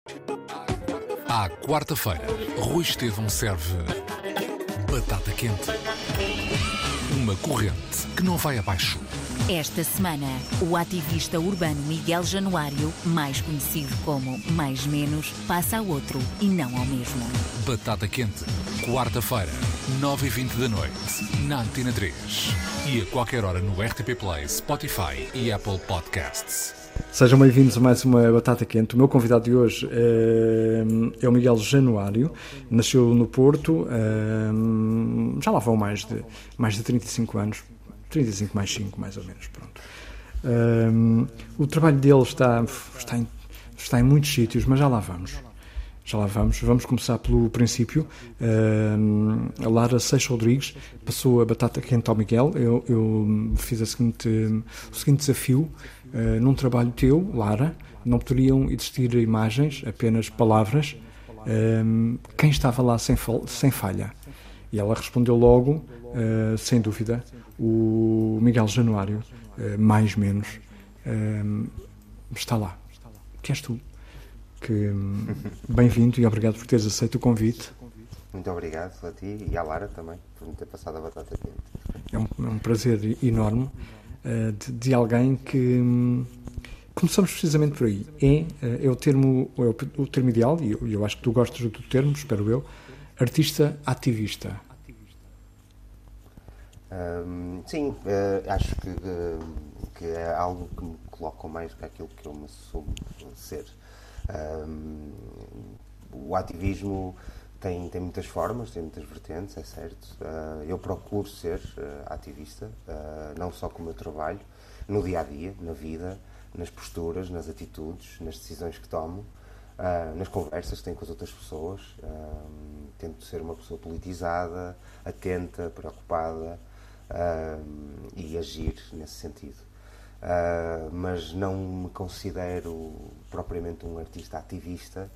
À quarta-feira, Rui Estevão serve batata quente. Uma corrente que não vai abaixo. Esta semana, o ativista urbano Miguel Januário, mais conhecido como Mais Menos, passa a outro e não ao mesmo. Batata quente, quarta-feira, 9h20 da noite, na Antena 3. E a qualquer hora no RTP Play, Spotify e Apple Podcasts. Sejam bem-vindos a mais uma Batata Quente. O meu convidado de hoje é o Miguel Januário. Nasceu no Porto, já lá vão mais de 35 anos. 35 mais 5, mais ou menos, pronto. O trabalho dele está em muitos sítios, mas já lá vamos. Vamos começar pelo princípio. A Lara Seixas Rodrigues passou a batata quente ao Miguel. Eu fiz o seguinte desafio. Num trabalho teu, Lara, não poderiam existir imagens, apenas palavras. Quem estava lá sem falha? E ela respondeu logo, sem dúvida, o Miguel Januário, mais menos, está lá. Que és tu. Bem-vindo e obrigado por teres aceito o convite. Muito obrigado a ti e à Lara também por me ter passado a batata quente. É um prazer enorme de alguém que... Começamos precisamente por aí. É o termo ideal, e eu acho que tu gostas do termo, espero eu, artista-ativista. Sim, acho que é algo que me coloca mais que aquilo que eu me assumo ser. O ativismo tem muitas formas, tem muitas vertentes, é certo. Eu procuro ser ativista, não só com o meu trabalho, no dia-a-dia, na vida, nas posturas, nas atitudes, nas decisões que tomo, nas conversas que tenho com as outras pessoas. Tento ser uma pessoa politizada, atenta, preocupada e agir nesse sentido. Mas não me considero propriamente um artista ativista.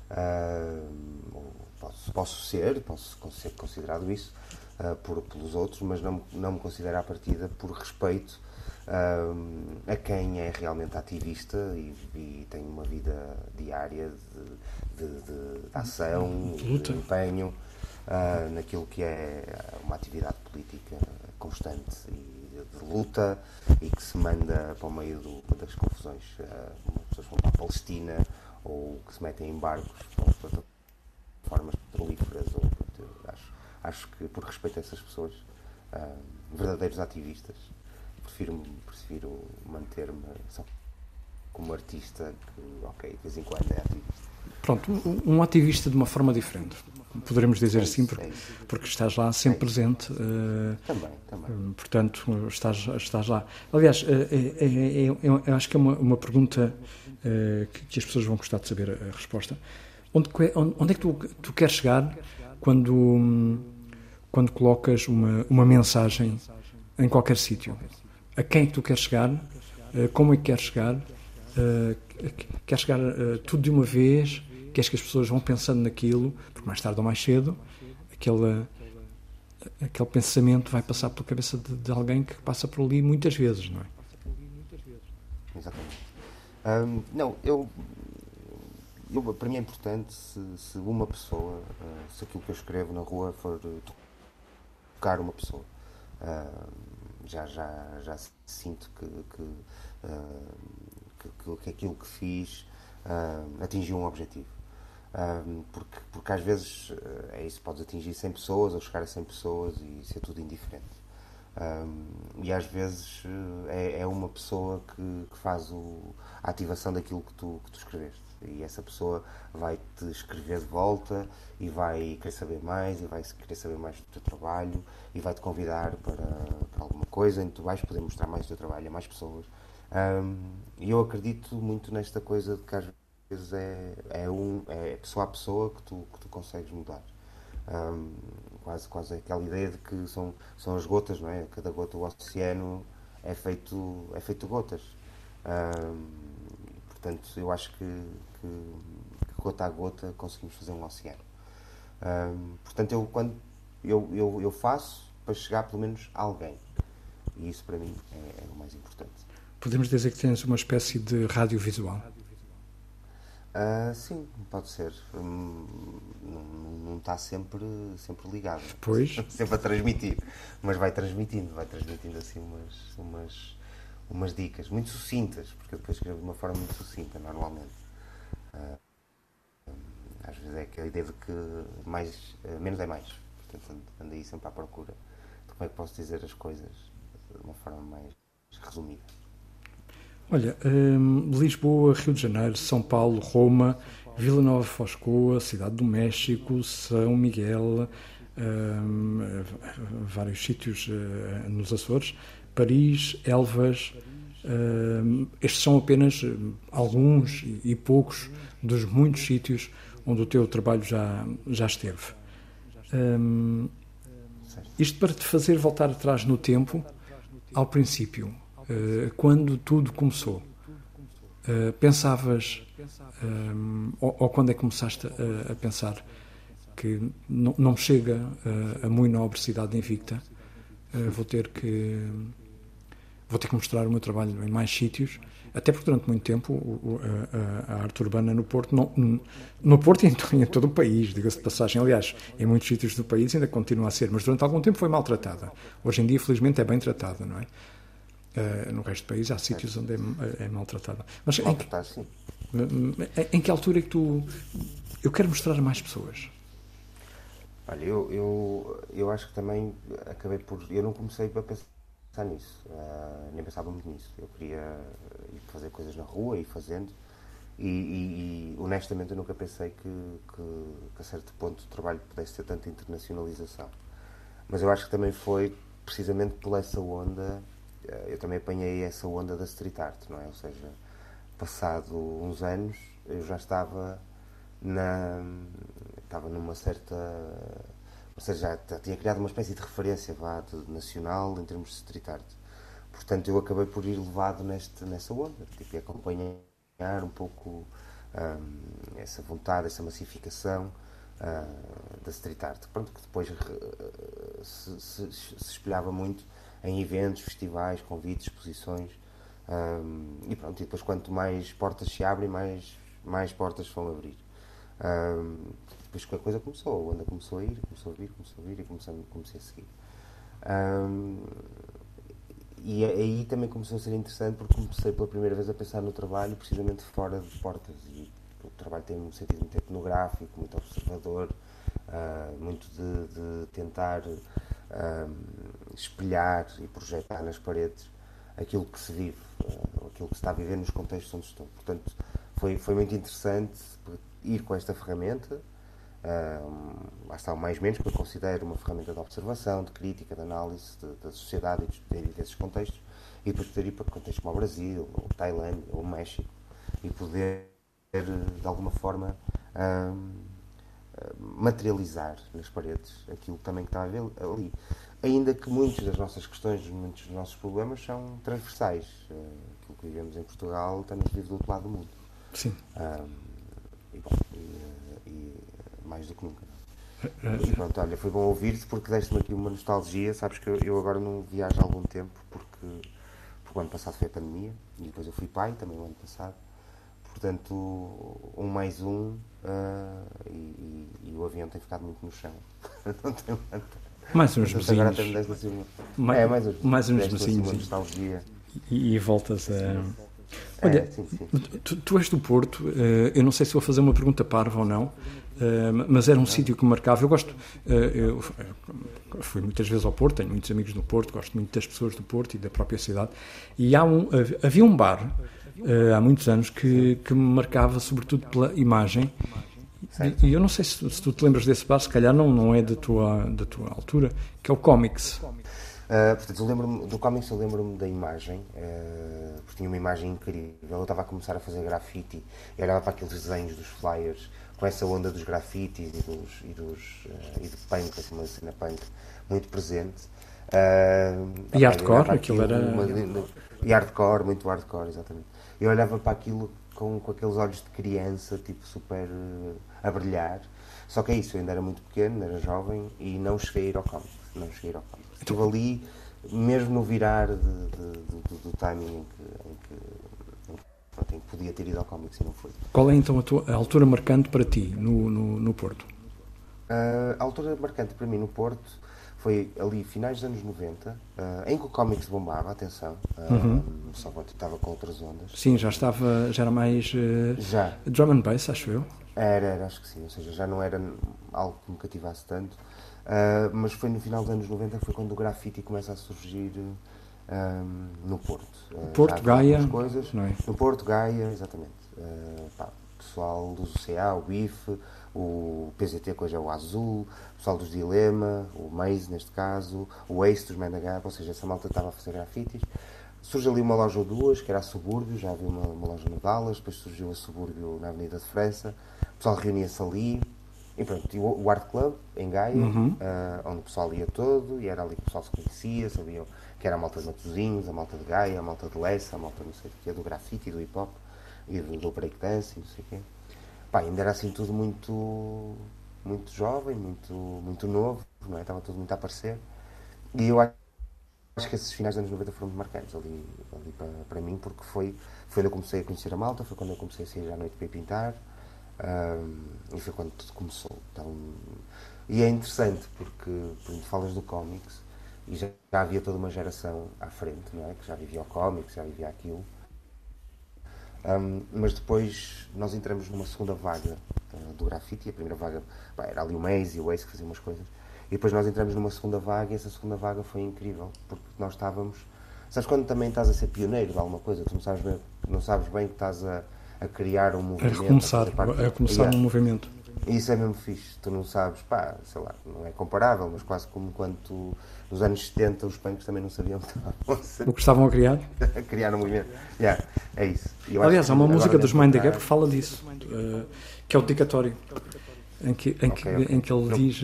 Posso ser considerado isso pelos outros, mas não me considero à partida por respeito a quem é realmente ativista e tem uma vida diária de ação, de empenho naquilo que é uma atividade política constante e de luta e que se manda para o meio das confusões. Pessoas vão para a Palestina ou que se metem em barcos para plataformas petrolíferas. Acho que, por respeito a essas pessoas, verdadeiros ativistas, prefiro manter-me só como artista que, de vez em quando é ativista. Pronto, um ativista de uma forma diferente, poderemos dizer assim, porque estás lá sempre presente. Também. Portanto, estás lá. Aliás, eu acho que é uma pergunta que as pessoas vão gostar de saber a resposta. Onde é que tu queres chegar quando colocas uma mensagem em qualquer sítio? A quem é que tu queres chegar? Como é que queres chegar? Queres chegar tudo de uma vez? Queres que as pessoas vão pensando naquilo? Porque mais tarde ou mais cedo aquele pensamento vai passar pela cabeça de alguém que passa por ali muitas vezes, não é? Exatamente. Para mim é importante se uma pessoa, se aquilo que eu escrevo na rua for tocar uma pessoa. Já sinto que aquilo que fiz atingiu um objetivo. Porque às vezes é isso, podes atingir 100 pessoas ou chegar a 100 pessoas e ser tudo indiferente. E às vezes é uma pessoa que faz a ativação daquilo que tu escreveste. E essa pessoa vai-te escrever de volta e vai querer saber mais e vai querer saber mais do teu trabalho e vai-te convidar para alguma coisa em que tu vais poder mostrar mais do teu trabalho a mais pessoas. E eu acredito muito nesta coisa de que às vezes é pessoa a pessoa que tu consegues mudar. Quase aquela ideia de que são as gotas, não é? Cada gota do oceano é feito gotas. Portanto, eu acho que gota a gota conseguimos fazer um oceano. Portanto, quando eu faço para chegar pelo menos a alguém. E isso para mim é o mais importante. Podemos dizer que tens uma espécie de radiovisual? Sim, pode ser. Não está sempre ligado. Pois. Sempre a transmitir. Mas vai transmitindo assim umas dicas muito sucintas, porque eu depois escrevo de uma forma muito sucinta, normalmente. Às vezes é aquela ideia de que menos é mais. Portanto, ando aí sempre à procura de como é que posso dizer as coisas de uma forma mais resumida. Olha, Lisboa, Rio de Janeiro, São Paulo, Roma, Vila Nova de Foscoa, Cidade do México, São Miguel, vários sítios nos Açores, Paris, Elvas. Estes são apenas alguns e poucos dos muitos sítios onde o teu trabalho já esteve. Isto para te fazer voltar atrás no tempo, ao princípio, quando tudo começou. Pensavas, ou quando é que começaste a pensar que não chega a muito nobre cidade invicta, vou ter que mostrar o meu trabalho em mais sítios, até porque durante muito tempo a arte urbana no Porto, no Porto e em todo o país, diga-se de passagem, aliás, em muitos sítios do país ainda continua a ser, mas durante algum tempo foi maltratada. Hoje em dia, felizmente, é bem tratada, não é? No resto do país há sítios onde é maltratada. Mas em que altura é que eu quero mostrar a mais pessoas? Olha, eu acho que também acabei por... Eu não comecei a pensar nisso, nem pensava muito nisso. Eu queria ir fazer coisas na rua, ir fazendo, e honestamente eu nunca pensei que a certo ponto o trabalho pudesse ter tanta internacionalização. Mas eu acho que também foi precisamente por essa onda. Eu também apanhei essa onda da street art, não é? Ou seja, passado uns anos, eu já estava numa certa... Ou seja, já tinha criado uma espécie de referência nacional em termos de street art. Portanto, eu acabei por ir levado nessa onda, tipo, acompanhar um pouco essa vontade, essa massificação da street art. Pronto, que depois se espelhava muito em eventos, festivais, convites, exposições, e pronto, e depois quanto mais portas se abrem, mais portas se vão abrir. Depois que a coisa começou, a onda começou a vir e comecei a seguir. E aí também começou a ser interessante porque comecei pela primeira vez a pensar no trabalho precisamente fora de portas, e o trabalho tem um sentido muito etnográfico, muito observador, muito de tentar espelhar e projetar nas paredes aquilo que se vive, aquilo que se está a viver nos contextos onde estou. Portanto, foi muito interessante ir com esta ferramenta, lá está o mais menos, que eu considero uma ferramenta de observação, de crítica, de análise da sociedade e desses contextos, e depois poder ir para contextos como o Brasil, ou Tailândia, ou México, e poder, de alguma forma, materializar nas paredes aquilo também que está a ver ali. Ainda que muitas das nossas questões, muitos dos nossos problemas são transversais. Aquilo que vivemos em Portugal também se vive do outro lado do mundo. Sim. E mais do que nunca. E pronto, olha, foi bom ouvir-te porque deste-me aqui uma nostalgia. Sabes que eu agora não viajo há algum tempo porque o ano passado foi a pandemia e depois eu fui pai também o ano passado. Portanto, mais um, e o avião tem ficado muito no chão. Não tem mais uns vizinhos. Mais uns vizinhos. Uma nostalgia. E voltas a... Olha, sim. Tu és do Porto, eu não sei se vou fazer uma pergunta parva ou não, mas era um sítio que me marcava. Eu gosto, eu fui muitas vezes ao Porto, tenho muitos amigos no Porto, gosto muito das pessoas do Porto e da própria cidade, e havia um bar, há muitos anos, que me marcava sobretudo pela imagem. E eu não sei se tu te lembras desse bar, se calhar não é da tua altura, que é o Comics. Portanto, eu lembro-me do Comics, eu lembro-me da imagem, porque tinha uma imagem incrível. Eu estava a começar a fazer grafite e olhava para aqueles desenhos dos flyers, com essa onda dos grafites e do punk, assim, uma cena punk muito presente. E hardcore, aquilo era... E hardcore, muito hardcore, exatamente. Eu olhava para aquilo com aqueles olhos de criança, tipo, super a brilhar. Só que é isso, eu ainda era muito pequeno, era jovem e não cheguei a ir ao Comics. Estive ali, mesmo no virar do timing em que pronto, em que podia ter ido ao cómics e não fui. Qual é então a altura marcante para ti no Porto? A altura marcante para mim no Porto foi ali finais dos anos 90, em que o cómics bombava, atenção, só que estava com outras ondas. Sim, já era mais Já. drum and bass, acho eu. Era, acho que sim, ou seja, já não era algo que me cativasse tanto, mas foi no final dos anos 90 que foi quando o grafite começa a surgir no Porto. Porto, Gaia, coisas, não é? No Porto, Gaia, exatamente. O pessoal dos UCA, o IF, o PZT, que hoje é o Azul, o pessoal dos Dilema, o Maze, neste caso, o Ace dos Mendagap, ou seja, essa malta estava a fazer grafites. Surge ali uma loja ou duas, que era a Subúrbio, já havia uma loja no Dallas, depois surgiu a Subúrbio na Avenida de França, o pessoal reunia-se ali, e pronto, e o Art Club, em Gaia, onde o pessoal ia todo, e era ali que o pessoal se conhecia, sabiam que era a malta de Matosinhos, a malta de Gaia, a malta de Lessa, a malta não sei o quê, do grafite, do hip-hop, e do breakdance, e não sei o quê. Pá, ainda era assim tudo muito jovem, muito novo, não é? Estava tudo muito a aparecer, e eu acho que esses finais dos anos 90 foram muito marcantes ali para mim, porque foi quando eu comecei a conhecer a malta, foi quando eu comecei a sair à noite para ir pintar, e foi quando tudo começou. Então, e é interessante porque falas do cómics e já havia toda uma geração à frente, não é? Que já vivia o cómics, já vivia aquilo. Mas depois nós entramos numa segunda vaga do grafite, e a primeira vaga era ali o Maze e o Ace que faziam umas coisas, e depois nós entramos numa segunda vaga, e essa segunda vaga foi incrível, porque nós estávamos... Sabes quando também estás a ser pioneiro de alguma coisa, tu não sabes bem que estás a criar um movimento, a começar um movimento. Isso é mesmo fixe, tu não sabes, sei lá, não é comparável, mas quase como quando nos anos 70 os punks também não sabiam o que estavam a criar. A criar um movimento. É isso. Aliás, há uma música dos Mind the Gap que fala disso, que é o Dedicatório, em que ele diz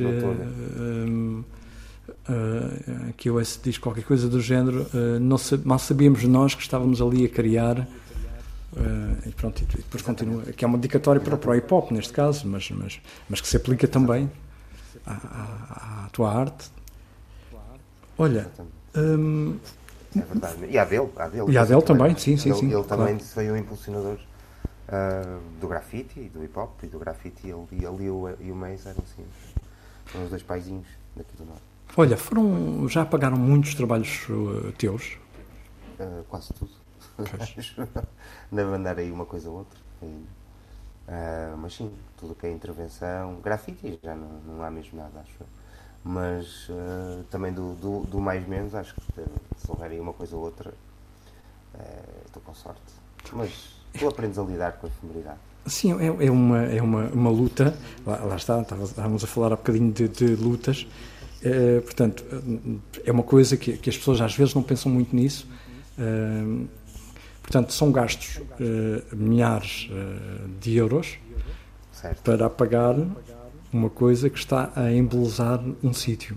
que o S diz qualquer coisa do género, mal sabíamos nós que estávamos ali a criar. E pronto, e depois continua, que é uma dedicatória para o hip hop neste caso, mas que se aplica também à tua arte. Olha, é verdade, e à dele também, sim. Ele também claro. foi um impulsionador do grafite e do hip hop, e do grafite, e ele e o Maze eram assim, foram os dois paizinhos daqui do norte. Olha, já apagaram muitos trabalhos teus? Quase tudo. Deve andar aí uma coisa ou outra ainda. Mas sim, tudo o que é intervenção, grafite já não há mesmo nada, acho eu. Mas também do mais menos, acho que se houver aí uma coisa ou outra, estou com sorte. Mas tu aprendes a lidar com a efemeridade. Sim, é uma luta. Lá está, estávamos a falar há bocadinho de lutas. Portanto, é uma coisa que as pessoas às vezes não pensam muito nisso. Portanto, são gastos milhares de euros, certo, para apagar uma coisa que está a embelezar um sítio.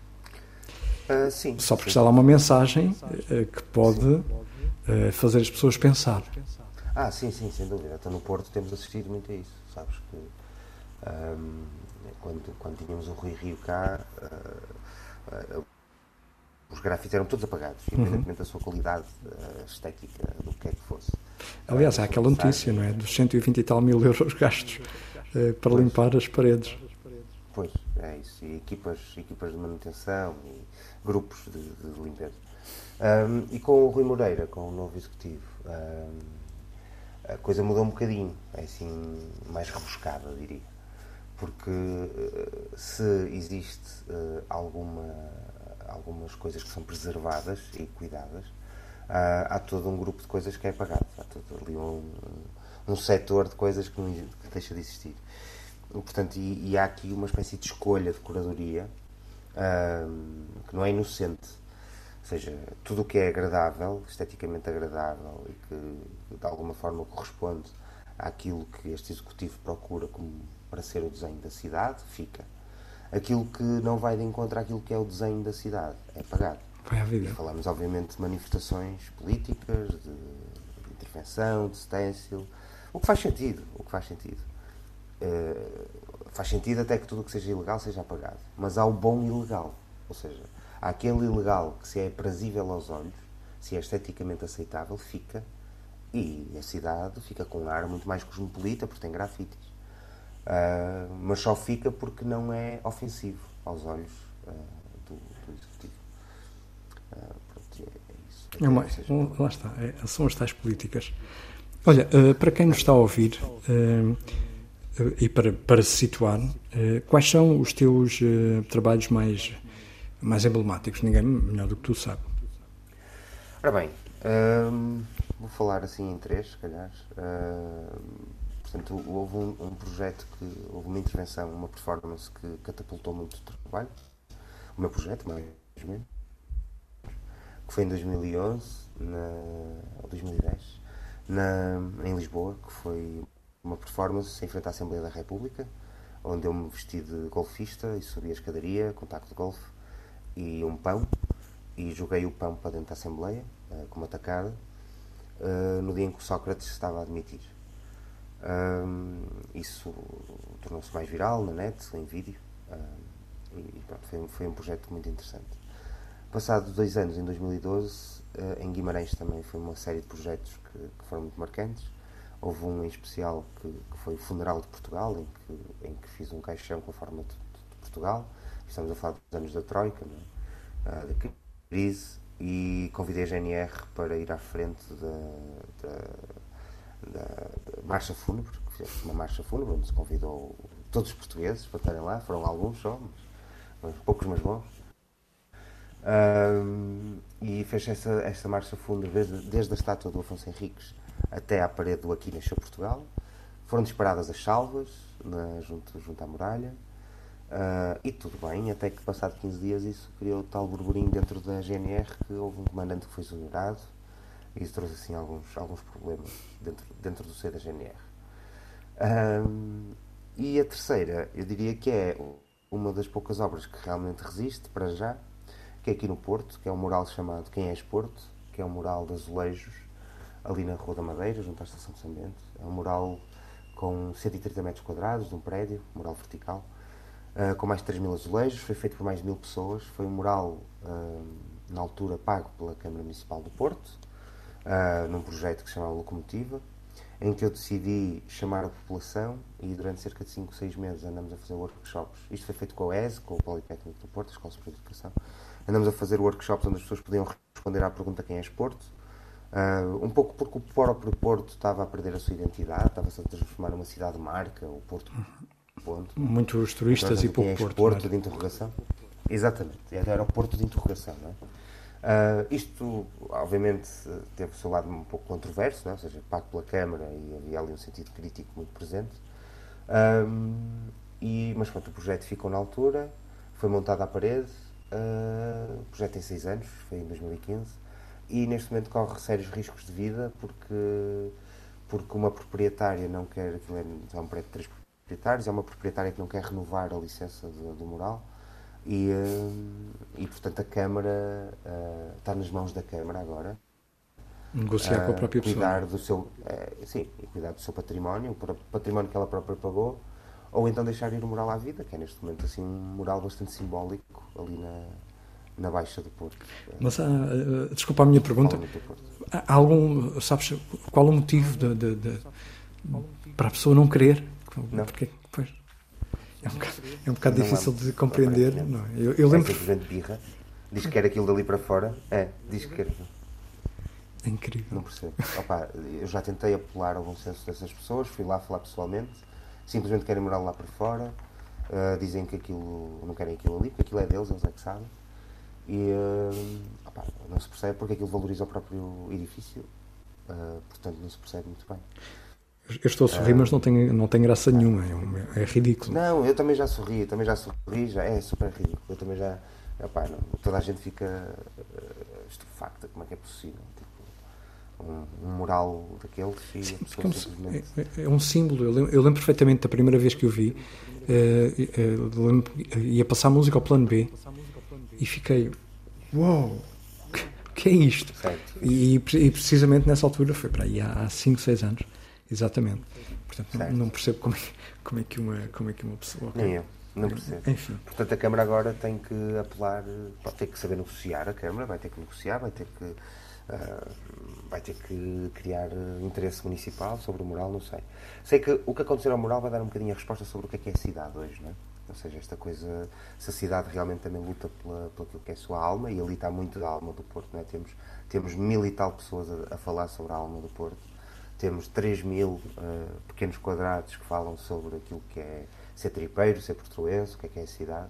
Sim. Só porque está lá uma mensagem que pode fazer as pessoas pensar. Sim, sem dúvida. Então no Porto temos assistido muito a isso. Sabes que quando tínhamos o Rui Rio cá, os grafites eram todos apagados, independentemente da sua qualidade estética, do que é que fosse. Aliás, há aquela notícia, não é? Dos 120 e tal mil euros gastos para limpar as paredes. Pois, é isso. E equipas de manutenção e grupos de limpeza. E com o Rui Moreira, com o novo executivo, a coisa mudou um bocadinho. É assim, mais rebuscada, diria. Porque se existe algumas coisas que são preservadas e cuidadas, há todo um grupo de coisas que é apagado. Há todo ali um setor de coisas que deixa de existir. Portanto, e há aqui uma espécie de escolha de curadoria que não é inocente. Ou seja, tudo o que é agradável, esteticamente agradável e que de alguma forma corresponde àquilo que este executivo procura para ser o desenho da cidade, fica. Aquilo que não vai de encontro àquilo que é o desenho da cidade é apagado. E falamos, obviamente, de manifestações políticas, de intervenção, de stencil, o que faz sentido. Faz sentido até que tudo o que seja ilegal seja apagado. Mas há o bom ilegal. Ou seja, há aquele ilegal que, se é aprazível aos olhos, se é esteticamente aceitável, fica, e a cidade fica com um ar muito mais cosmopolita porque tem grafites. Mas só fica porque não é ofensivo aos olhos do executivo. Pronto, é isso. Lá está, são as tais políticas. Olha, para quem nos está a ouvir e para se situar, quais são os teus trabalhos mais emblemáticos? Ninguém melhor do que tu sabe. Ora bem, vou falar assim em 3, se calhar. Portanto, houve um projeto houve uma intervenção, uma performance que catapultou muito o trabalho. O meu projeto, mais ou menos, que foi em 2011 ou 2010, em Lisboa, que foi uma performance em frente à Assembleia da República, onde eu me vesti de golfista e subi a escadaria com taco de golfe e um pão, e joguei o pão para dentro da Assembleia, com uma tacada, no dia em que o Sócrates estava a admitir. Isso tornou-se mais viral na net, em vídeo, e pronto, foi um projeto muito interessante. Passados 2 anos, em 2012, em Guimarães também foi uma série de projetos que foram muito marcantes. Houve um em especial que foi o Funeral de Portugal, em que fiz um caixão com a forma de Portugal. Estamos a falar dos anos da Troika, da crise, e convidei a GNR para ir à frente da marcha fúnebre, que fizemos uma marcha fúnebre, onde se convidou todos os portugueses para estarem lá. Foram alguns só, mas poucos, mas bons. E fez essa marcha fúnebre desde a estátua do Afonso Henriques até à parede do Aqui Nasceu Portugal. Foram disparadas as salvas junto à muralha, e tudo bem, até que passado 15 dias isso criou tal burburinho dentro da GNR que houve um comandante que foi exonerado, e isso trouxe assim alguns problemas dentro do seio da GNR. E a terceira, eu diria que é uma das poucas obras que realmente resiste para já, que é aqui no Porto, que é um mural chamado Quem És Porto, que é um mural de azulejos ali na Rua da Madeira, junto à Estação de São Bento. É um mural com 130 metros quadrados de um prédio, um mural vertical, com mais de 3.000 azulejos. Foi feito por mais de 1.000 pessoas. Foi um mural, na altura, pago pela Câmara Municipal do Porto, num projeto que se chamava Locomotiva, em que eu decidi chamar a população, e durante cerca de 5 ou 6 meses andamos a fazer workshops. Isto foi feito com a ESE, com o Politécnico do Porto, a Escola Superior de Educação. Andamos a fazer workshops onde as pessoas podiam responder à pergunta quem és Porto, um pouco porque o próprio Porto estava a perder a sua identidade, estava-se a transformar numa cidade-marca, o Porto ponto. Muitos turistas e pouco Porto. Porto de interrogação. Exatamente, era o Porto de interrogação, não é? Isto, obviamente, teve o seu lado um pouco controverso, não é? Ou seja, pago pela Câmara, e havia ali um sentido crítico muito presente. Mas pronto, o projeto ficou na altura, foi montado à parede. O projeto tem 6 anos, foi em 2015, e neste momento corre sérios riscos de vida porque uma proprietária não quer, aquilo é um prédio de 3 proprietários, é uma proprietária que não quer renovar a licença do mural, e portanto a Câmara está nas mãos da Câmara agora. Negociar com a própria pessoa. Cuidar do seu, cuidar do seu património, o património que ela própria pagou, ou então deixar ir o mural à vida, que é neste momento assim um mural bastante simbólico ali na Baixa do Porto. Mas desculpa a minha pergunta, há algum, sabes qual o motivo para a pessoa não querer? Não. Porque, pois, é um bocado difícil de compreender. Não, eu lembro. Birra, diz que quer aquilo dali para fora. Diz que quer. É incrível. Não percebo. Eu já tentei apelar ao bom senso dessas pessoas, fui lá falar pessoalmente. Simplesmente querem morar lá para fora, dizem que aquilo, não querem aquilo ali, porque aquilo é deles, eles é que sabem, e não se percebe porque aquilo valoriza o próprio edifício, portanto não se percebe muito bem. Eu estou a sorrir, mas não tem graça nenhuma, é ridículo. Não, eu também já sorri, já é super ridículo, eu também já, toda a gente fica estupefacta, como é que é possível? Um mural daqueles e a pessoa simplesmente... É um símbolo. Eu lembro perfeitamente da primeira vez que eu vi, ia passar música ao plano B e fiquei, uau, o que é isto? E precisamente nessa altura, foi para aí há 5, 6 anos, exatamente. Portanto, não percebo como é que uma pessoa... Nem eu, não percebo. Enfim. Portanto, a Câmara agora tem que apelar, tem que saber negociar. A Câmara vai ter que negociar, vai ter que vai ter que criar interesse municipal sobre o mural, não sei. Sei que o que acontecer ao mural vai dar um bocadinho a resposta sobre o que é a cidade hoje, não é? Ou seja, esta coisa, se a cidade realmente também luta pela aquilo que é a sua alma, e ali está muito da alma do Porto, não é? Temos 1000 e tal pessoas a falar sobre a alma do Porto, temos 3000 pequenos quadrados que falam sobre aquilo que é ser tripeiro, ser portuense, o que é a cidade.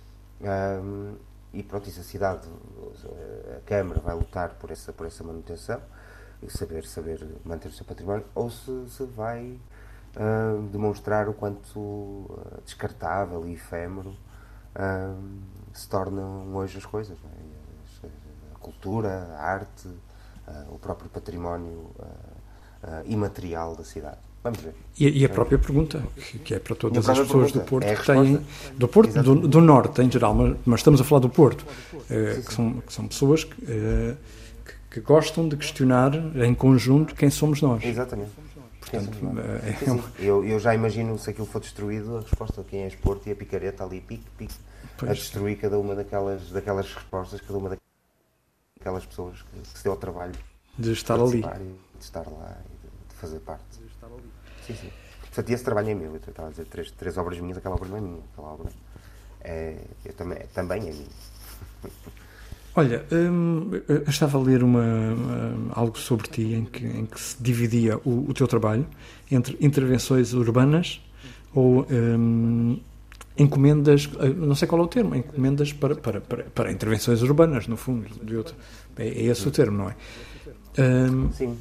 E pronto, isso a cidade, a Câmara vai lutar por essa manutenção e saber manter o seu património, ou se vai demonstrar o quanto descartável e efêmero se tornam hoje as coisas, não é? A cultura, a arte, o próprio património imaterial da cidade. Vamos ver. E a própria pergunta, que é para todas as pessoas do Porto, que têm, do Porto, Exatamente. do Norte em geral, mas estamos a falar do Porto, que são pessoas que gostam de questionar em conjunto quem somos nós. Exatamente. Portanto, Eu já imagino, se aquilo for destruído, a resposta de quem és Porto e a picareta ali, pique, a destruir cada uma daquelas respostas, cada uma daquelas pessoas que se deu ao trabalho de estar ali. De estar lá e de fazer parte. Sim. Portanto, esse trabalho é meu. Eu estava a dizer três obras minhas, aquela obra não é minha. Aquela obra também é minha. Olha, eu estava a ler algo sobre ti em que se dividia o teu trabalho entre intervenções urbanas ou encomendas, não sei qual é o termo, encomendas para intervenções urbanas, no fundo. É esse o termo, não é? Sim.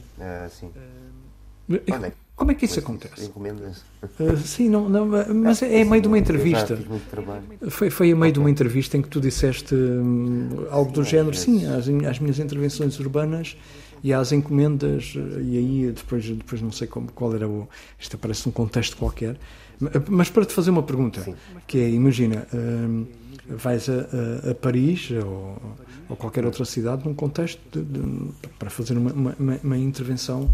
Como é que isso acontece? Encomendas. Sim, mas é a meio de uma entrevista. Eu já fiz muito trabalho. Foi a meio de uma entrevista em que tu disseste algo do género, sim, às minhas intervenções urbanas e às encomendas, e aí depois não sei qual era isto parece um contexto qualquer, mas para te fazer uma pergunta, sim. Que é, imagina, vais a Paris ou qualquer outra cidade num contexto para fazer uma intervenção.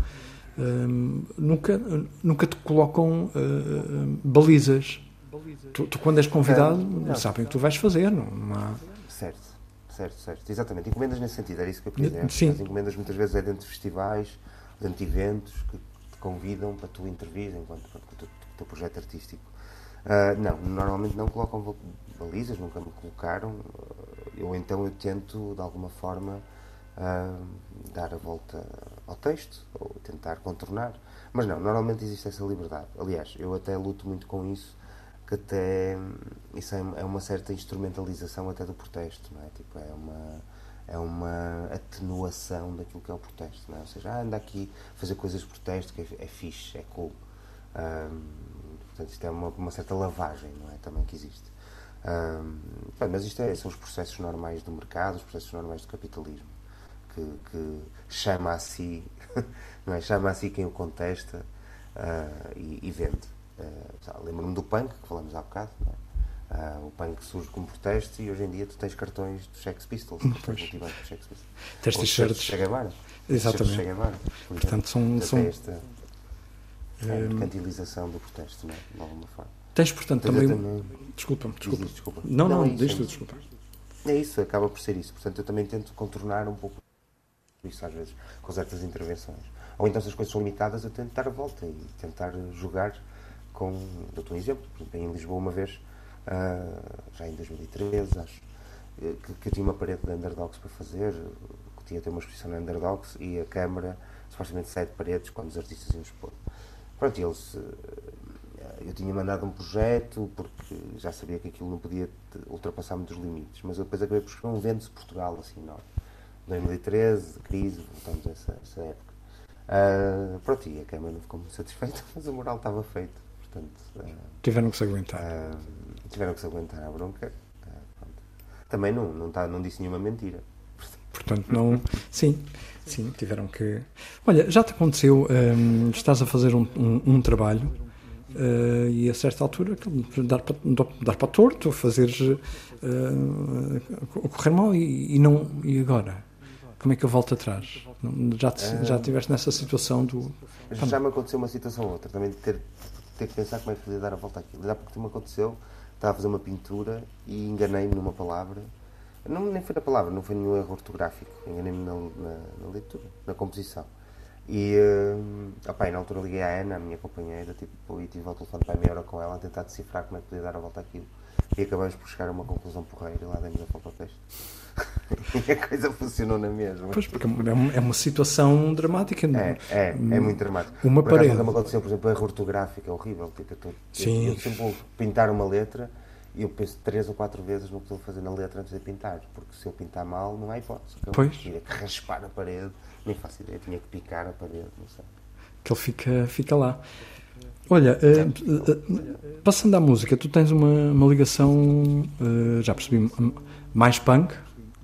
Nunca te colocam balizas. Tu quando és convidado, sabem o que tu vais fazer. Não há... Certo. Exatamente. Encomendas nesse sentido, era isso que eu queria dizer. Sim. As encomendas muitas vezes é dentro de festivais, dentro de eventos que te convidam para tu intervir enquanto o teu projeto artístico. Não, normalmente não colocam balizas, nunca me colocaram. Eu tento, de alguma forma, dar a volta ao texto ou tentar contornar, mas não, normalmente existe essa liberdade. Aliás, eu até luto muito com isso, que até isso é uma certa instrumentalização até do protesto, não é? Tipo, é uma atenuação daquilo que é o protesto, não é? Ou seja, anda aqui fazer coisas de protesto que é fixe, é cool. Portanto, isto é uma certa lavagem, não é? Também que existe. Mas isto são os processos normais do mercado, os processos normais do capitalismo. Que chama a si, não é? Chama a si quem o contesta e vende. Lembro-me do punk, que falamos há bocado, não é? O punk surge como protesto e hoje em dia tu tens cartões dos Sex Pistols, tens t-shirts. Exatamente. Portanto, são esta mercantilização do protesto, não é? De alguma forma. Tens, portanto, também... Desculpa. Não, deixa-te desculpar. É isso, acaba por ser isso. Portanto, eu também tento contornar um pouco isso às vezes, com certas intervenções. Ou então, se as coisas são limitadas, eu tento dar a volta e tentar jogar com... Dou-te um exemplo. Por exemplo, em Lisboa, uma vez, já em 2013, acho, que eu tinha uma parede de underdogs para fazer, que tinha ter uma exposição de underdogs e a Câmara, supostamente 7 paredes, quando os artistas iam expor. Pronto, eu tinha mandado um projeto, porque já sabia que aquilo não podia ultrapassar muitos limites, mas eu depois acabei por escrever um Vende-se Portugal, assim, enorme. 2013, crise, voltamos a essa época. Pronto, e a Câmara não ficou muito satisfeita, mas o mural estava feito. Portanto, tiveram que se aguentar. Tiveram que se aguentar à bronca. Também não disse nenhuma mentira. Portanto, não... Sim, tiveram que... Olha, já te aconteceu, estás a fazer um trabalho e a certa altura dar para torto, fazeres correr mal e agora? Como é que eu volto atrás? Já estiveste nessa situação do... Já me aconteceu uma situação ou outra, também de ter que pensar como é que podia dar a volta àquilo. Já porque me aconteceu, estava a fazer uma pintura e enganei-me numa palavra Não, nem foi na palavra, não foi nenhum erro ortográfico. Enganei-me na leitura, na composição. E na altura liguei à Ana, a minha companheira, e tive ao telefone para a meia hora com ela a tentar decifrar como é que podia dar a volta àquilo. E acabamos por chegar a uma conclusão porreira e lá demos a volta ao texto. E a coisa funcionou na mesma. Pois, porque é uma situação dramática. É muito dramático. Uma por parede. Acaso, nunca me aconteceu, por exemplo, erro ortográfico, é horrível. Eu sempre vou pintar uma letra e eu penso 3 ou 4 vezes no que estou a fazer na letra antes de pintar, porque se eu pintar mal não há hipótese. Eu tinha que raspar a parede, nem faço ideia, tinha que picar a parede, não sei. Que ele fica lá. Olha, passando à música, tu tens uma ligação, já percebi, mais punk?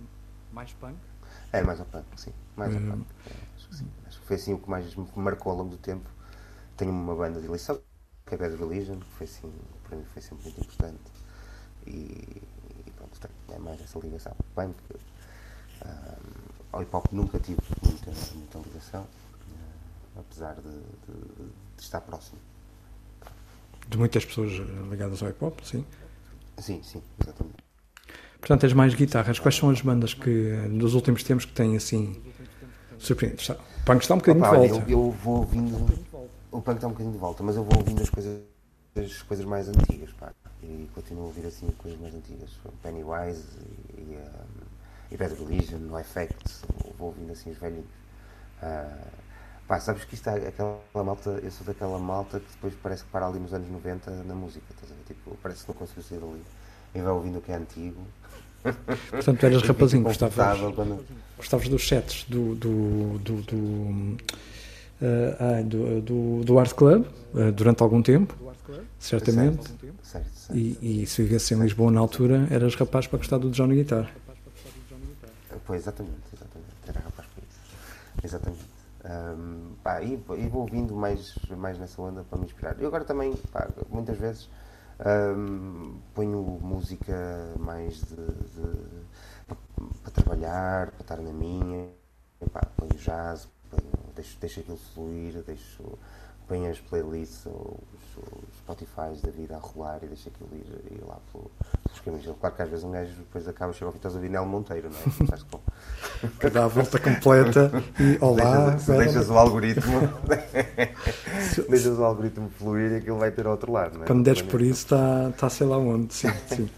É, mais ao punk, sim. Mais ao punk. Acho que sim. Acho que foi assim o que mais me marcou ao longo do tempo. Tenho uma banda de eleição, que é Bad Religion, que foi assim, para mim foi sempre muito importante. E pronto, é mais essa ligação. Punk, ao hip hop nunca tive muita ligação, apesar de estar próximo. De muitas pessoas ligadas ao hip hop, sim? Sim, exatamente. Portanto, tens mais guitarras. Quais são as bandas que, nos últimos tempos, que têm assim surpreendido? O punk está um bocadinho de volta. Eu vou ouvindo. O punk está um bocadinho de volta, mas eu vou ouvindo as coisas mais antigas, pá. E continuo a ouvir assim coisas mais antigas. Pennywise e Bad Religion, No Effect. Vou ouvindo assim os velhinhos. Sabes que isto é aquela malta. Eu sou daquela malta que depois parece que para ali nos anos 90 na música. Estás a ver? Tipo, parece que não conseguiu sair dali. E vai ouvindo o que é antigo. Portanto, tu eras rapazinho, gostavas dos sets do Art Club durante algum tempo, certamente. Certo. E se vivesse em Lisboa na altura, eras rapaz para gostar do Johnny Guitar. Pois, exatamente. Era rapaz para isso. Exatamente. E vou ouvindo mais nessa onda para me inspirar. Eu agora também, muitas vezes, ponho música mais para trabalhar, para estar na minha, ponho jazz, deixo aquilo fluir, ponho as playlists ou os Spotify da vida a rolar e deixo aquilo ir lá pelos caminhos. Claro que às vezes um gajo depois acaba cheio ao fim, estás a ouvir Nel Monteiro, não é? Que dá a volta completa e olá. Deixas o algoritmo fluir e aquilo vai ter ao outro lado, não é? Quando deres por isso está sei lá onde, sim.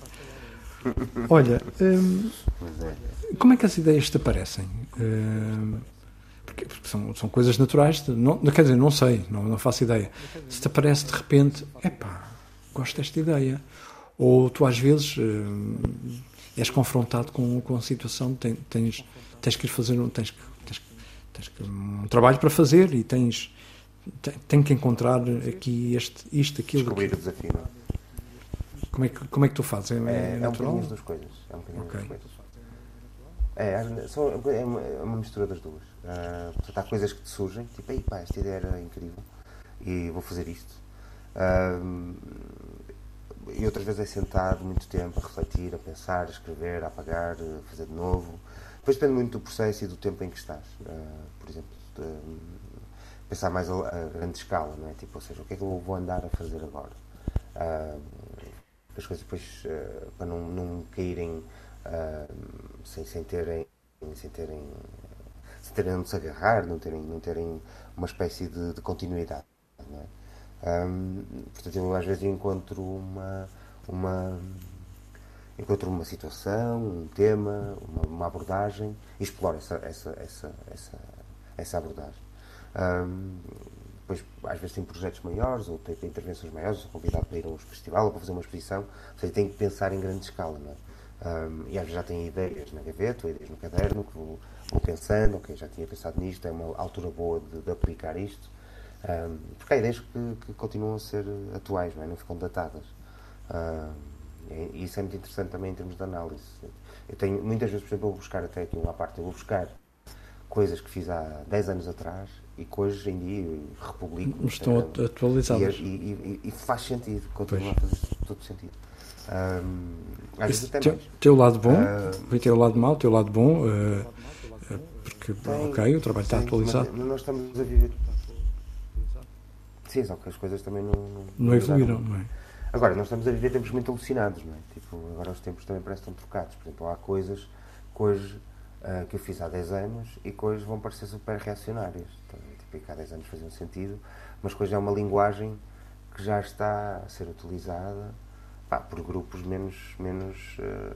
Olha, como é que as ideias te aparecem? Porque são coisas naturais, quer dizer, não sei, não faço ideia. Se te aparece de repente, gosto desta ideia. Ou tu às vezes és confrontado com a situação, tens que ir fazer, tens um trabalho para fazer e tem que encontrar aqui isto, aquilo. Descobrir o desafio, não é? Como é que tu fazes? É um natural? bocadinho das duas coisas. É uma mistura das duas. Portanto, há coisas que te surgem, tipo, esta ideia era incrível e vou fazer isto. E outras vezes é sentado muito tempo a refletir, a pensar, a escrever, a apagar, a fazer de novo. Depois depende muito do processo e do tempo em que estás. Por exemplo, pensar mais a grande escala, não é? Tipo, ou seja, o que é que eu vou andar a fazer agora? As coisas depois, para não caírem sem terem onde se agarrar, não terem uma espécie de continuidade, não é? Portanto, eu às vezes encontro uma situação, um tema, uma abordagem e exploro essa abordagem. Depois, às vezes tem projetos maiores ou tem intervenções maiores, sou convidado para ir a um festival ou para fazer uma exposição, ou seja, tenho que pensar em grande escala, não é? E às vezes já tenho ideias na gaveta ou ideias no caderno que vou pensando, ok, já tinha pensado nisto, é uma altura boa de aplicar isto, porque há ideias que continuam a ser atuais, não ficam datadas. E isso é muito interessante também em termos de análise. Eu tenho, muitas vezes, por exemplo, eu vou buscar até aqui uma parte, eu vou buscar coisas que fiz há 10 anos atrás e que hoje em dia republico. Estão atualizadas. E faz sentido, continua a fazer todo sentido. Às vezes até mais. Teu lado bom, teu lado mau, teu lado bom, porque, ok, o trabalho está atualizado. Mas nós estamos a viver. Sim, só que as coisas também não evoluíram, não é? Agora, nós estamos a viver tempos muito alucinados, não é? Tipo, agora os tempos também parecem que estão trocados. Por exemplo, há coisas que hoje, que eu fiz há 10 anos e que hoje vão parecer super reacionárias. Então, tipo, que há 10 anos faziam sentido, mas que hoje é uma linguagem que já está a ser utilizada por grupos menos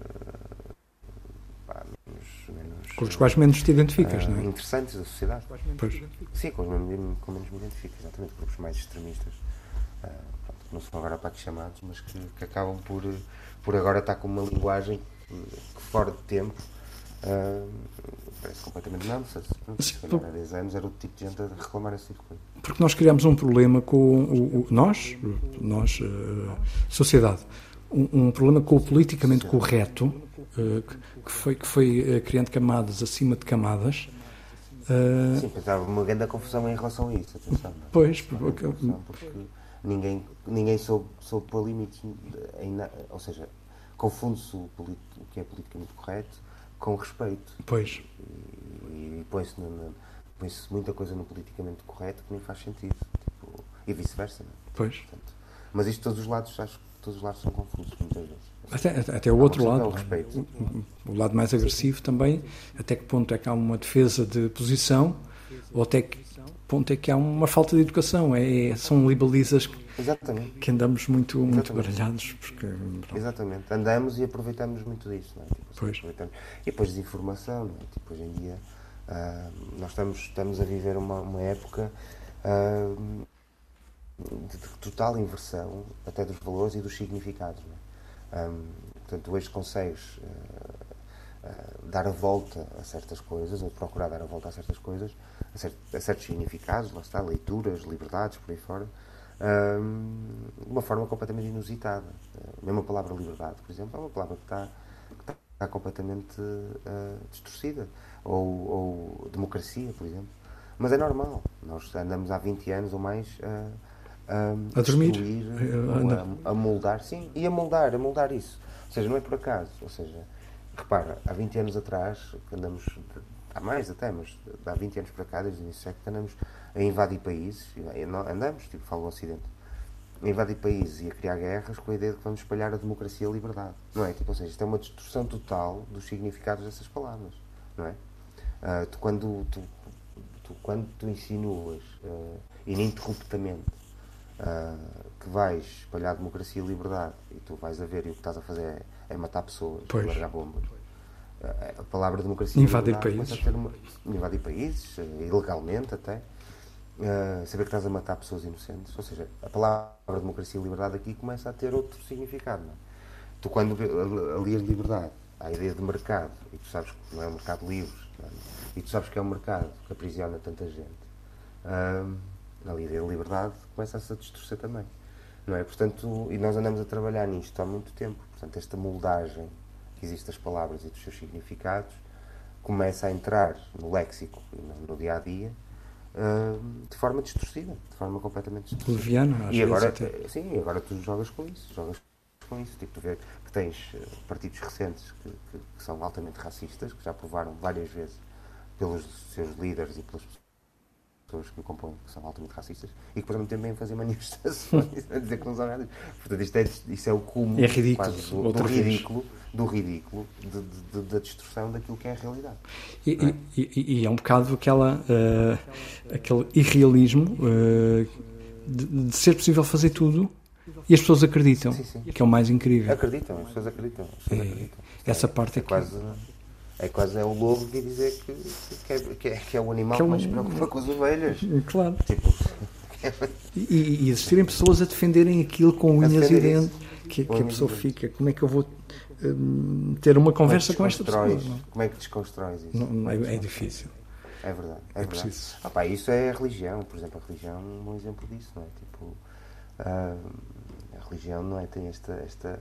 com os quais menos te identificas, não é? Interessantes da sociedade. Pois. Sim, com menos me identifico, exatamente, grupos mais extremistas. Que não são agora chamados, mas que acabam por agora estar com uma linguagem que fora de tempo parece completamente nonsense. Se calhar há 10 anos era o tipo de gente a reclamar esse tipo de coisa. Porque nós criamos um problema com nós, sociedade, um problema com o politicamente correto, que foi criando camadas acima de camadas. Sim, pois há uma grande confusão em relação a isso, atenção. Não é? Pois, porque ninguém soube pôr limites, ou seja, confunde-se o que é politicamente correto com respeito. Pois. E põe-se muita coisa no politicamente correto que nem faz sentido. Tipo, e vice-versa. Não é? Pois. Portanto, mas isto todos os lados, acho que todos os lados são confusos, muitas vezes. Até o outro lado, o lado mais agressivo também, até que ponto é que há uma defesa de posição, ou até que ponto é que há uma falta de educação. São libalizas que andamos muito baralhados. Porque, exatamente, andamos e aproveitamos muito disso. Não é? Tipo, pois. E depois desinformação, não é? Tipo, hoje em dia nós estamos a viver uma época de total inversão até dos valores e dos significados. Não é? Portanto, hoje consegues dar a volta a certas coisas, ou procurar dar a volta a certas coisas, a certos significados, lá está, leituras, liberdades, por aí fora, de uma forma completamente inusitada. Mesmo a palavra liberdade, por exemplo, é uma palavra que está completamente distorcida. Ou democracia, por exemplo. Mas é normal. Nós andamos há 20 anos ou mais a dormir, a moldar, sim, e a moldar isso. Ou seja, não é por acaso. Ou seja, repara, há 20 anos atrás, que andamos, há mais até, mas há 20 anos para cá, desde o início do século, que andamos a invadir países, falo do Ocidente, a invadir países e a criar guerras com a ideia de que vamos espalhar a democracia e a liberdade. Não é? Tipo, ou seja, isto é uma distorção total dos significados dessas palavras. Não é? Quando tu insinuas ininterruptamente que vais espalhar a democracia e a liberdade e tu vais a ver e o que estás a fazer é matar pessoas, largar bombas, a palavra democracia invadir e países, invadir países, ilegalmente até, saber que estás a matar pessoas inocentes, ou seja, a palavra democracia e liberdade aqui começa a ter outro significado. Não é? Tu quando alias liberdade à ideia de mercado, e tu sabes que não é um mercado livre, e tu sabes que é um mercado que aprisiona tanta gente, a ideia de liberdade começa-se a distorcer também. Não é? Portanto, e nós andamos a trabalhar nisto há muito tempo. Portanto, esta moldagem que existe das palavras e dos seus significados começa a entrar no léxico e no dia-a-dia de forma distorcida, de forma completamente distorcida. Leviana, e agora, sim, agora tu jogas com isso. Tipo, tu vês que tens partidos recentes que são altamente racistas, que já provaram várias vezes pelos seus líderes e pelas pessoas que o compõem, que são altamente racistas, e que, por exemplo, também fazem manifestações a dizer que não são racistas. Portanto, isto é o cúmulo do ridículo da distorção daquilo que é a realidade. E é um bocado aquele irrealismo de ser possível fazer tudo e as pessoas acreditam, sim. Que é o mais incrível. As pessoas acreditam. Essa parte é quase o lobo que dizer que é o animal que mais se preocupa com as ovelhas. Claro. Tipo, e existirem pessoas a defenderem aquilo com unhas e dentes, que a pessoa fica, como é que eu vou ter uma conversa com esta pessoa? Como é que desconstróis isso? Não, é difícil. É verdade. Preciso. Isso é a religião, por exemplo. A religião é um bom exemplo disso, não é? Tipo, a religião, não é? Tem esta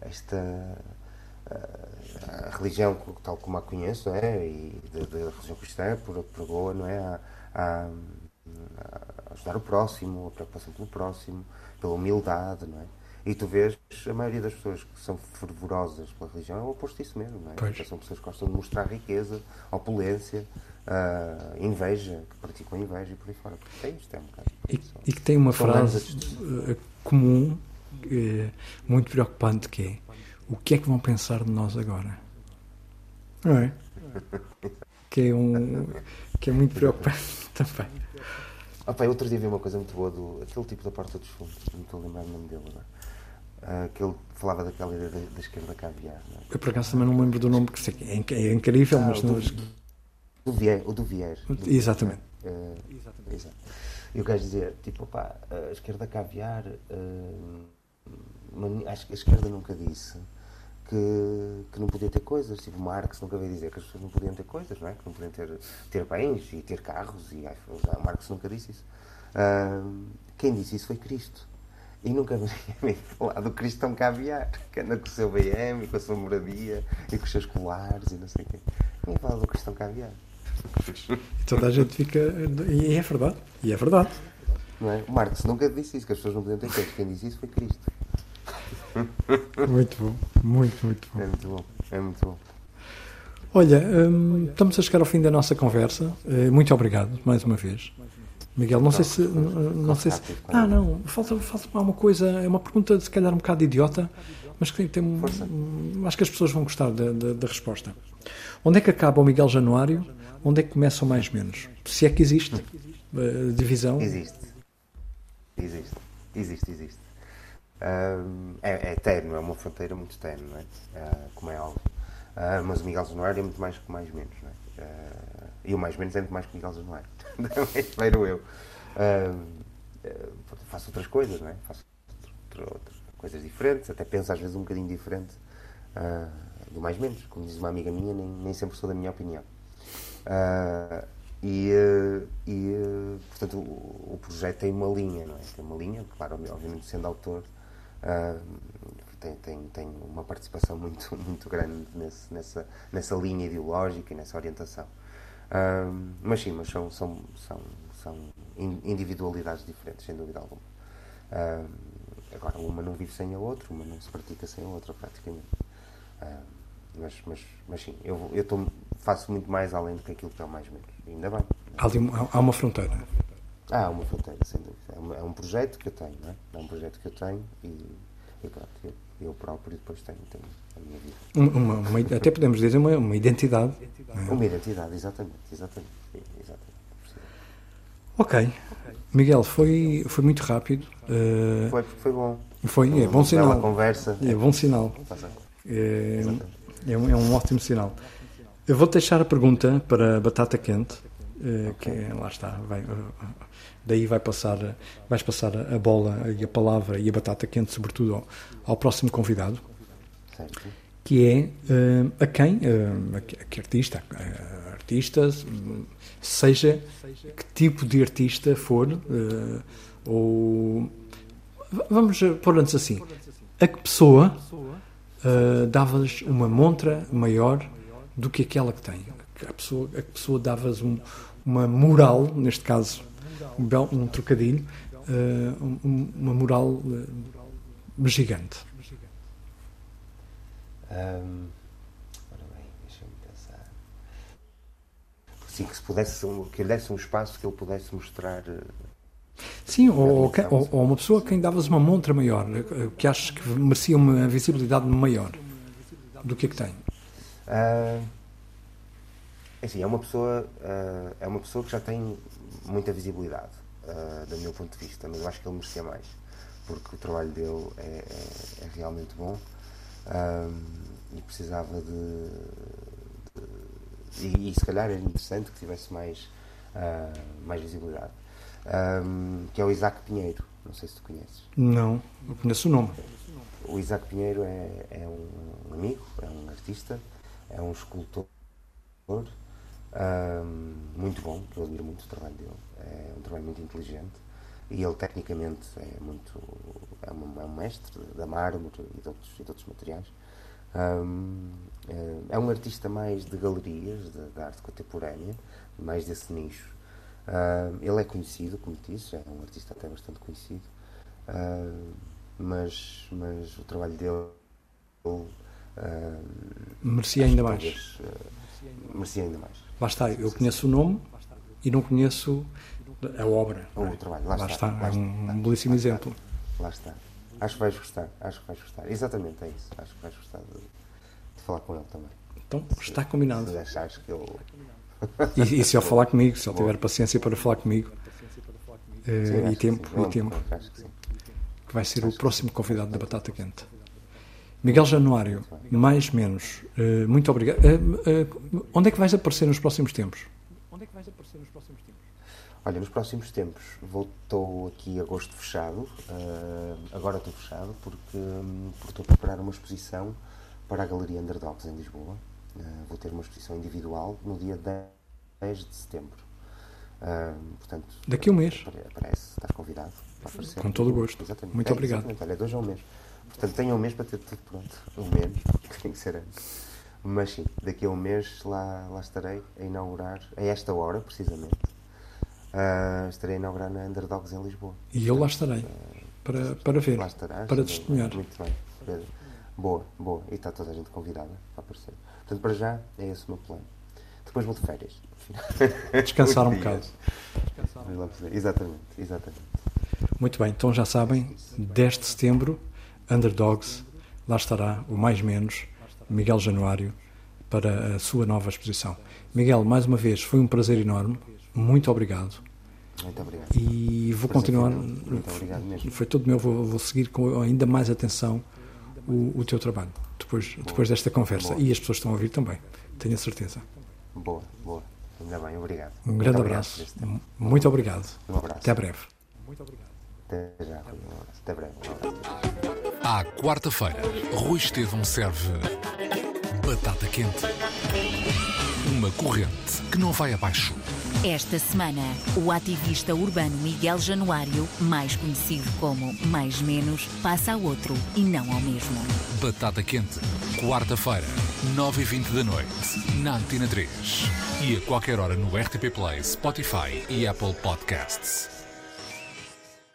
a religião tal como a conheço, não é? E da religião cristã pregou, não é? A ajudar o próximo, a preocupação pelo próximo, pela humildade, não é? E tu vês, a maioria das pessoas que são fervorosas pela religião é o oposto disso mesmo, não é? São pessoas que gostam de mostrar riqueza, opulência, inveja, que praticam inveja e por aí fora. Porque isto é um bocado. E que tem uma frase comum muito preocupante, que é o que é que vão pensar de nós agora? Não é? Que é muito preocupante também. Outro dia vi uma coisa muito boa aquele tipo da Porta dos Fundos, não estou a lembrar o nome dele agora, que ele falava daquela ideia da esquerda caviar. Não é? Eu por acaso também não me lembro do nome, porque sei que é incrível, mas não... O do Vier. Exatamente. Exato. E o gajo dizia, tipo, a esquerda caviar, acho que a esquerda nunca disse que não podia ter coisas. Tipo, Marx nunca veio dizer que as pessoas não podiam ter coisas, não é? Que não podiam ter bens e ter carros. E Marx nunca disse isso. Quem disse isso foi Cristo. E nunca veio falar do cristão caviar, que anda com o seu BM e com a sua moradia e com os seus colares e não sei o quê. Ninguém fala do cristão caviar. Toda a gente fica... E é verdade. E é verdade. Não é? O Marx nunca disse isso, que as pessoas não podiam ter coisas. Quem disse isso foi Cristo. Muito bom. Muito bom. É muito bom. Olha, estamos a chegar ao fim da nossa conversa. Muito obrigado, mais uma vez. Miguel, não sei se... Não, falta uma coisa, é uma pergunta se calhar um bocado idiota, mas que tem acho que as pessoas vão gostar da resposta. Onde é que acaba o Miguel Januário? Onde é que começa o mais menos? Se é que existe divisão? Existe. É terno, é uma fronteira muito terno, não é? Como é óbvio. Mas o Miguel Januário é muito mais que o mais menos, não é? E o mais menos é muito mais que o Miguel Januário. Também espero eu. Faço outras coisas, não é? Faço outras coisas diferentes, até penso às vezes um bocadinho diferente do mais menos. Como diz uma amiga minha, nem sempre sou da minha opinião. Portanto, o projeto tem uma linha, não é? Tem uma linha, claro, obviamente sendo autor, tem uma participação muito grande nessa linha ideológica e nessa orientação. Mas são individualidades diferentes, sem dúvida alguma. Agora, uma não vive sem a outra, uma não se pratica sem a outra, praticamente. Mas sim, eu faço muito mais além do que aquilo que é o mais menos. Ainda bem. Há uma fronteira. Há uma fronteira, sem dúvida. É um projeto que eu tenho, não é? É um projeto que eu tenho e pronto, eu próprio depois tenho a minha vida. Até podemos dizer uma identidade. Não é? Uma identidade, exatamente. Ok. Miguel, foi muito rápido. Foi bom. É bom sinal. Conversa. É bom sinal. É um ótimo sinal. Eu vou deixar a pergunta para a batata quente, que lá está. Daí vais passar a bola e a palavra e a batata quente, sobretudo ao próximo convidado, certo. Que é a quem, que artista, seja que tipo de artista for, ou vamos pôr antes assim, a que pessoa davas uma montra maior do que aquela que tem. A que pessoa davas uma moral, neste caso, um trocadilho, uma moral gigante. Ora bem, deixa-me pensar. Sim, que lhe desse um espaço que ele pudesse mostrar. Sim, ou uma pessoa a quem davas uma montra maior, que achas que merecia uma visibilidade maior do que tem. Assim, é uma pessoa que já tem muita visibilidade, do meu ponto de vista, mas eu acho que ele merecia mais, porque o trabalho dele é realmente bom, e precisava e se calhar era interessante que tivesse mais visibilidade, que é o Isaac Pinheiro. Não sei se tu conheces. Não, eu conheço o nome. O Isaac Pinheiro é um amigo, é um artista, é um escultor muito bom, que eu admiro muito o trabalho dele. É um trabalho muito inteligente e ele tecnicamente é um mestre da mármore e de outros materiais. É um artista mais de galerias, de arte contemporânea, mais desse nicho. Ele é conhecido, como te disse, é um artista até bastante conhecido, mas o trabalho dele merecia ainda mais. Merecia ainda mais. Lá está, eu conheço o nome e não conheço a obra. O trabalho, lá está. É um belíssimo exemplo. Lá está. Acho que vais gostar. Exatamente, é isso. Acho que vais gostar de falar com ele também. Então, está combinado. Se achares que ele... E se ele falar comigo, se ele tiver paciência para falar comigo, e tempo, que vai ser o próximo convidado da Batata Quente. Miguel Januário, mais menos, muito obrigado. Onde é que vais aparecer nos próximos tempos? Olha, nos próximos tempos estou aqui agosto fechado. Agora estou fechado porque estou a preparar uma exposição para a Galeria Underdogs em Lisboa. Vou ter uma exposição individual no dia 10 de setembro. Portanto, daqui a um mês. Aparece, estás convidado para aparecer. Com todo o gosto. Exatamente. Muito obrigado. Exatamente. Olha, 2 a 1 mês. Portanto, tenho um mês para ter tudo pronto. Um menos, porque tem que ser antes. Mas sim, daqui a um mês lá estarei a inaugurar, a esta hora, precisamente. Estarei a inaugurar na Underdogs em Lisboa. E eu lá estarei, para ver, lá estarás, para testemunhar. Muito bem. Boa. E está toda a gente convidada para aparecer. Portanto, para já, é esse o meu plano. Depois vou de férias. Descansar um bocado. Exatamente. Muito bem, então já sabem, 10 de setembro, Underdogs, lá estará o mais menos, Miguel Januário, para a sua nova exposição. Miguel, mais uma vez, foi um prazer enorme. Muito obrigado. Muito obrigado. E vou continuar. Muito obrigado mesmo. Foi todo meu, vou seguir com ainda mais atenção o teu trabalho, depois desta conversa. Boa. E as pessoas estão a ouvir também, tenho a certeza. Boa. Ainda bem, obrigado. Um grande abraço. Muito obrigado. Um abraço. Até breve. Até já. Até breve. Um abraço. À quarta-feira, Rui Estevão serve batata quente. Uma corrente que não vai abaixo. Esta semana, o ativista urbano Miguel Januário, mais conhecido como Mais Menos, passa a outro e não ao mesmo. Batata quente, quarta-feira, 9h20 da noite, na Antena 3. E a qualquer hora no RTP Play, Spotify e Apple Podcasts.